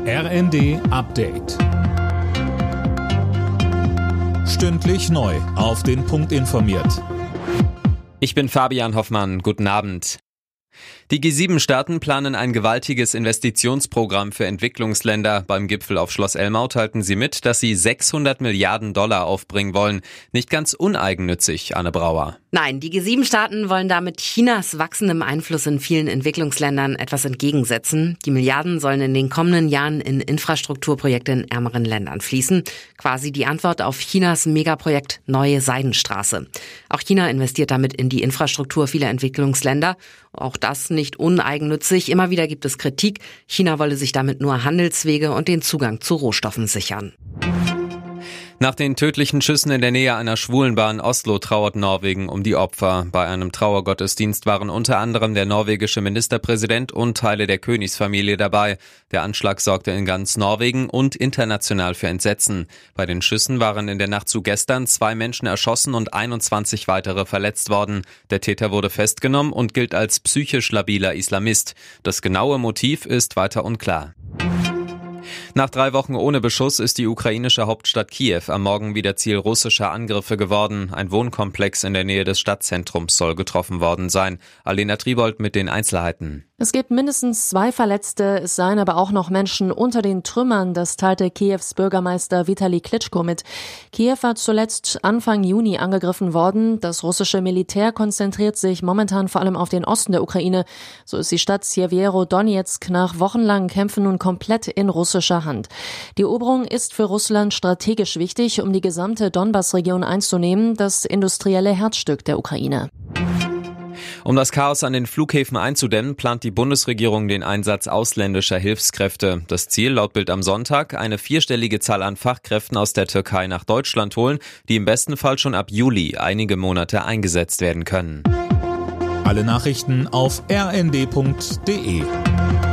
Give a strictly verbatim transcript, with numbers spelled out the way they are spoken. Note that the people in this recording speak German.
R N D Update. Stündlich neu auf den Punkt informiert. Ich bin Fabian Hoffmann. Guten Abend. Die G sieben Staaten planen ein gewaltiges Investitionsprogramm für Entwicklungsländer. Beim Gipfel auf Schloss Elmau teilten sie mit, dass sie sechshundert Milliarden Dollar aufbringen wollen. Nicht ganz uneigennützig, Anne Brauer. Nein, die G sieben Staaten wollen damit Chinas wachsendem Einfluss in vielen Entwicklungsländern etwas entgegensetzen. Die Milliarden sollen in den kommenden Jahren in Infrastrukturprojekte in ärmeren Ländern fließen. Quasi die Antwort auf Chinas Megaprojekt Neue Seidenstraße. Auch China investiert damit in die Infrastruktur vieler Entwicklungsländer. Auch das nicht uneigennützig. Immer wieder gibt es Kritik. China wolle sich damit nur Handelswege und den Zugang zu Rohstoffen sichern. Nach den tödlichen Schüssen in der Nähe einer Schwulenbar in Oslo trauert Norwegen um die Opfer. Bei einem Trauergottesdienst waren unter anderem der norwegische Ministerpräsident und Teile der Königsfamilie dabei. Der Anschlag sorgte in ganz Norwegen und international für Entsetzen. Bei den Schüssen waren in der Nacht zu gestern zwei Menschen erschossen und einundzwanzig weitere verletzt worden. Der Täter wurde festgenommen und gilt als psychisch labiler Islamist. Das genaue Motiv ist weiter unklar. Nach drei Wochen ohne Beschuss ist die ukrainische Hauptstadt Kiew am Morgen wieder Ziel russischer Angriffe geworden. Ein Wohnkomplex in der Nähe des Stadtzentrums soll getroffen worden sein. Alena Tribold mit den Einzelheiten. Es gibt mindestens zwei Verletzte, es seien aber auch noch Menschen unter den Trümmern, das teilte Kiews Bürgermeister Vitali Klitschko mit. Kiew war zuletzt Anfang Juni angegriffen worden. Das russische Militär konzentriert sich momentan vor allem auf den Osten der Ukraine. So ist die Stadt Sjewiero-Donetsk nach wochenlangen Kämpfen nun komplett in russischer Hand. Die Eroberung ist für Russland strategisch wichtig, um die gesamte Donbass-Region einzunehmen, das industrielle Herzstück der Ukraine. Um das Chaos an den Flughäfen einzudämmen, plant die Bundesregierung den Einsatz ausländischer Hilfskräfte. Das Ziel laut Bild am Sonntag, eine vierstellige Zahl an Fachkräften aus der Türkei nach Deutschland holen, die im besten Fall schon ab Juli einige Monate eingesetzt werden können. Alle Nachrichten auf r n d punkt d e.